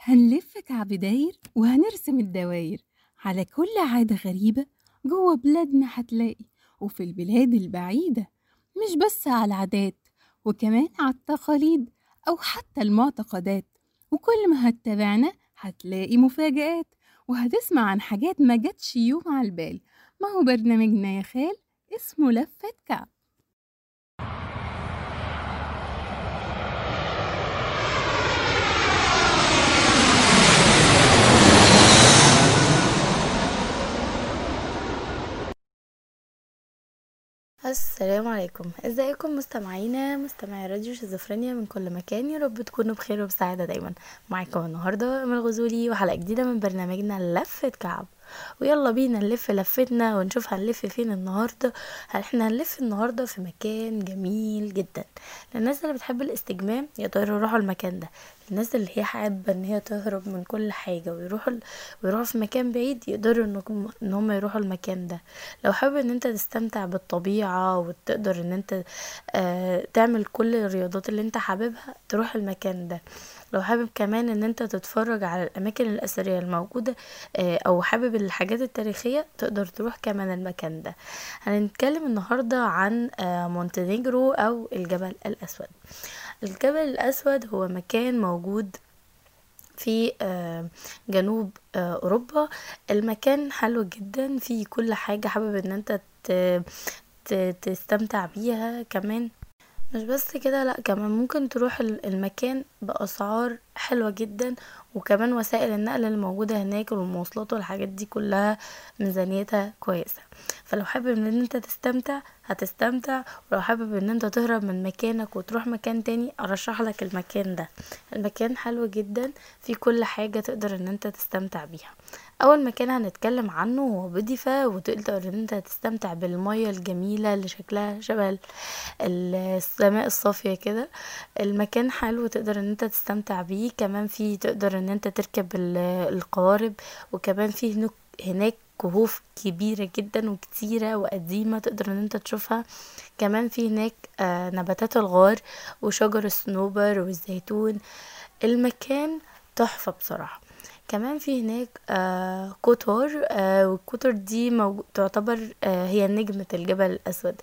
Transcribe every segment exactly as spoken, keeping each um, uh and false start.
هنلف كعب داير وهنرسم الدواير على كل عادة غريبة جوه بلادنا هتلاقي، وفي البلاد البعيدة، مش بس على العادات، وكمان على التقاليد أو حتى المعتقدات. وكل ما هتتابعنا هتلاقي مفاجآت، وهتسمع عن حاجات ما جاتش يوم على البال. ما هو برنامجنا يا خال اسمه لفة كعب. السلام عليكم، ازيكم مستمعينا مستمعي راديو شيزوفرينيا من كل مكان. يا رب تكونوا بخير وبسعادة دايما. معاكم النهارده من الغزولي وحلقة جديدة من برنامجنا لفة كعب. ويلا بينا نلف لفتنا ونشوف هنلف فين النهارده. احنا هنلف النهارده في مكان جميل جدا للناس اللي بتحب الاستجمام، يقدروا يروحوا المكان ده. الناس اللي هي حابه ان هي تهرب من كل حاجه ويروحوا ويروحوا في مكان بعيد، يقدروا انهم ان هم يروحوا المكان ده. لو حابب ان انت تستمتع بالطبيعه وتقدر ان انت آه تعمل كل الرياضات اللي انت حاببها، تروح المكان ده. لو حابب كمان ان انت تتفرج على الاماكن الاثريه الموجوده آه او حابب الحاجات التاريخيه، تقدر تروح كمان المكان ده. هنتكلم النهارده عن آه مونتينيجرو او الجبل الاسود. الجبل الاسود هو مكان موجود في آه جنوب آه اوروبا. المكان حلو جدا، فيه كل حاجه حابب ان انت ت- ت- تستمتع بيها. كمان مش بس كده، لا كمان ممكن تروح ال- المكان بأسعار حلوة جدا، وكمان وسائل النقل الموجودة هناك والمواصلات والحاجات دي كلها ميزانيتها كويسة. فلو حابب ان انت تستمتع هتستمتع، ولو حابب ان انت تهرب من مكانك وتروح مكان تاني، ارشح لك المكان ده. المكان حلو جدا، في كل حاجة تقدر ان انت تستمتع بيها. اول مكان هنتكلم عنه هو بوديفا، وتقدر ان انت تستمتع بالمية الجميلة اللي شكلها شبه السماء الصافية كده. المكان حلو، تقدر ان انت تستمتع بيه. كمان فيه تقدر ان انت تركب ال- القوارب، وكمان فيه هناك هناك كهوف كبيرة جدا وكتيرة وقديمة تقدر ان انت تشوفها. كمان في هناك آه نباتات الغار وشجر الصنوبر والزيتون. المكان تحفة بصراحة. كمان في هناك آه قطار، آه والقطر دي موجو- تعتبر آه هي نجمة الجبل الأسود.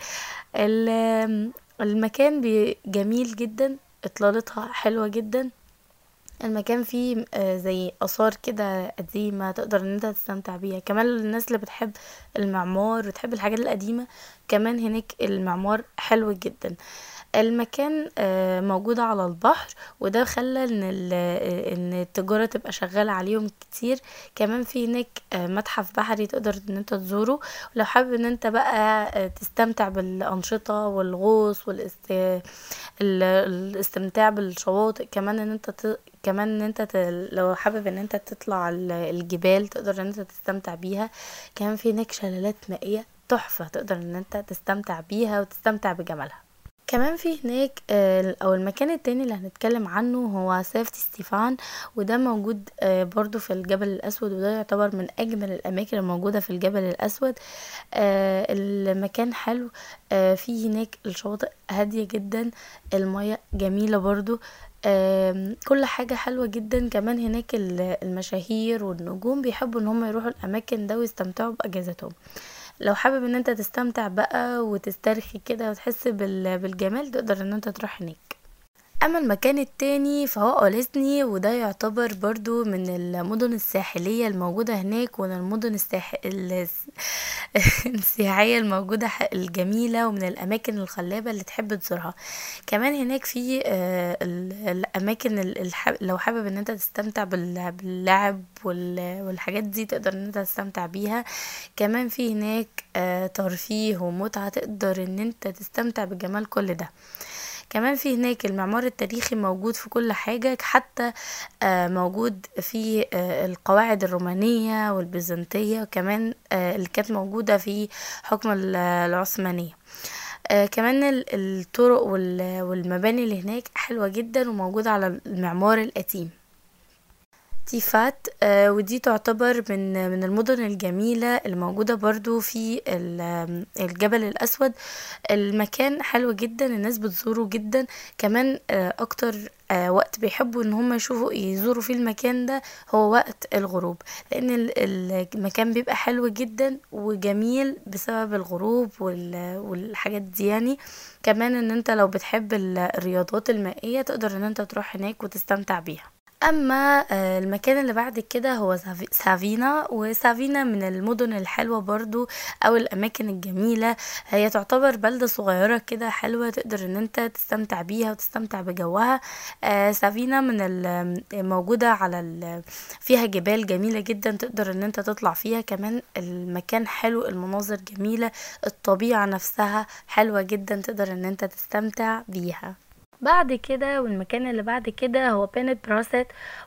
ال- المكان بي- جميل جدا، اطلالتها حلوة جدا. المكان فيه آه، زي آثار كده قديمة تقدر ان انت تستمتع بيها. كمان الناس اللي بتحب المعمار وتحب الحاجات القديمة، كمان هناك المعمار حلو جدا. المكان آه، موجود على البحر، وده خلى ان ال- آه، ان التجارة تبقى شغالة عليهم كتير. كمان في هناك آه، متحف بحري تقدر ان انت تزوره. ولو حابب ان انت بقى آه، تستمتع بالأنشطة والغوص والاست ال- الاستمتاع بالشواطئ، كمان ان انت ت... كمان ان انت ت... لو حابب ان انت تطلع ال- الجبال، تقدر ان انت تستمتع بيها. كمان في هناك شلالات مائية تحفة، تقدر ان انت تستمتع بيها وتستمتع بجمالها. كمان في هناك آه، او المكان التاني اللي هنتكلم عنه هو سيفتي ستيفان، وده موجود آه، برضو في الجبل الاسود، وده يعتبر من اجمل الاماكن الموجودة في الجبل الاسود. آه، المكان حلو. آه، في هناك الشواطئ هادية جدا، المياه جميلة برضو. آم، كل حاجة حلوة جدا. كمان هناك ال- المشاهير والنجوم بيحبوا ان هم يروحوا الاماكن ده ويستمتعوا باجازتهم. لو حابب ان انت تستمتع بقى وتسترخي كده وتحس بال- بالجمال، تقدر ان انت تروح هناك. اما المكان التاني فهو اوليسني، وده يعتبر برضو من المدن الساحلية الموجودة هناك، ومن المدن الساح... الس- السياحية الموجودة ح- الجميلة، ومن الاماكن الخلابة اللي تحب تزورها. كمان هناك في آه، ال- الاماكن ال- الح... لو حابب ان انت تستمتع بال- باللعب وال... والحاجات دي، تقدر ان انت تستمتع بيها. كمان في هناك آه، ترفيه ومتعة، تقدر ان انت تستمتع بجمال كل ده. كمان في هناك المعمار التاريخي موجود في كل حاجة، حتى آه، موجود في آه، القواعد الرومانية والبيزنطية، وكمان آه، اللي كانت موجودة في حكم ال- العثمانية. آه، كمان ال- الطرق وال- والمباني اللي هناك حلوة جدا وموجودة على المعمار القديم. تيفات، آه، ودي تعتبر من من المدن الجميلة الموجودة برضو في ال- آم، الجبل الأسود. المكان حلو جدا، الناس بتزوره جدا. كمان آه، أكتر آه وقت بيحبوا ان هم يشوفوا يزوروا فيه المكان ده هو وقت الغروب، لان ال- ال- المكان بيبقى حلو جدا وجميل بسبب الغروب وال- والحاجات دي يعني. كمان ان انت لو بتحب ال- الرياضات المائية تقدر ان انت تروح هناك وتستمتع بيها. اما آه، المكان اللي بعد كده هو سافي- سافينا. وسافينا من المدن الحلوة برضو او الاماكن الجميلة. هي تعتبر بلدة صغيرة كده حلوة تقدر ان انت تستمتع بيها وتستمتع بجوها. آه، سافينا من ال- موجودة على ال- فيها جبال جميلة جدا تقدر ان انت تطلع فيها. كمان المكان حلو، المناظر جميلة، الطبيعة نفسها حلوة جدا تقدر ان انت تستمتع بيها. بعد كده والمكان اللي بعد كده هو بينت براست،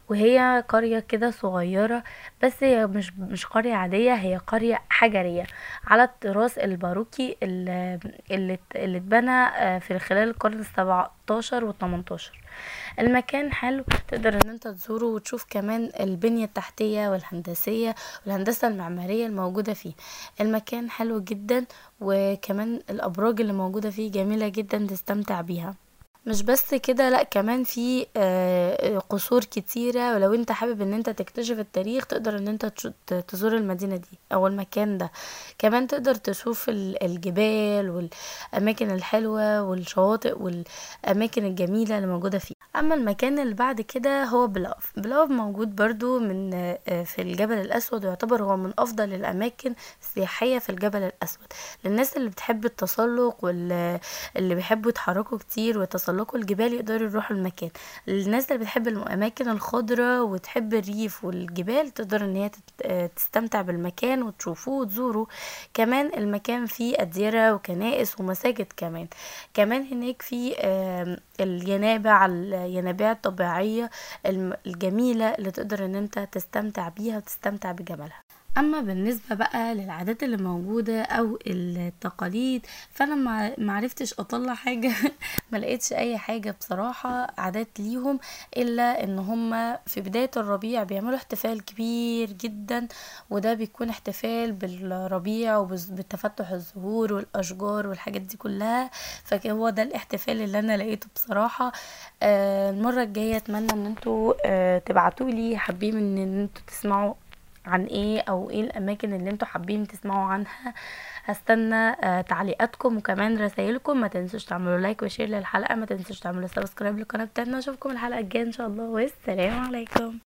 وهي قرية كده صغيرة، بس هي مش مش قرية عادية، هي قرية حجرية على التراث الباروكي اللي اللي ات- اللي اتبنى آه، في خلال القرن السبعتاشر والتمنتاشر. المكان حلو تقدر ان انت تزوره وتشوف كمان البنية التحتية والهندسية والهندسة المعمارية الموجودة فيه. المكان حلو جدا، وكمان الابراج اللي موجودة فيه جميلة جدا تستمتع بيها. مش بس كده، لا كمان في آه، قصور كتيرة، ولو انت حابب ان انت تكتشف التاريخ تقدر ان انت تش- ت- تزور المدينة دي او المكان ده. كمان تقدر تشوف ال- الجبال والاماكن الحلوة والشواطئ والاماكن الجميلة اللي موجودة فيه. اما المكان اللي بعد كده هو بلاف. بلاف موجود برضو من آه، آه، في الجبل الاسود، ويعتبر هو من افضل الاماكن السياحية في الجبل الاسود للناس اللي بتحب التسلق واللي بيحبوا يتحركوا كتير ويتسلقوا الجبال يقدروا يروحوا المكان. الناس اللي بتحب الاماكن الخضراء وتحب الريف والجبال تقدر ان هي تت- آه، تستمتع بالمكان وتشوفوه وتزوره. كمان المكان فيه اديرة وكنائس ومساجد. كمان كمان هناك في آم، الينابع الينابيع الطبيعية الم- الجميلة اللي تقدر ان انت تستمتع بيها وتستمتع بجمالها. اما بالنسبة بقى للعادات اللي موجودة او التقاليد، فانا ما معرفتش اطلع حاجة ما لقيتش اي حاجة بصراحة عادات ليهم، الا ان هم في بداية الربيع بيعملوا احتفال كبير جدا، وده بيكون احتفال بالربيع وبتفتح الزهور والاشجار والحاجات دي كلها. فهو ده الاحتفال اللي انا لقيته بصراحة. آه، المرة الجاية اتمنى ان انتوا آه تبعتولي حابين ان انتوا تسمعوا عن ايه، او ايه الاماكن اللي انتوا حابين تسمعوا عنها. هستنى آه تعليقاتكم وكمان رسائلكم. ما تنسوش تعملوا لايك وشير للحلقة، ما تنسوش تعملوا سبسكرايب للقناة بتاعتنا. اشوفكم الحلقة الجاية ان شاء الله، والسلام عليكم.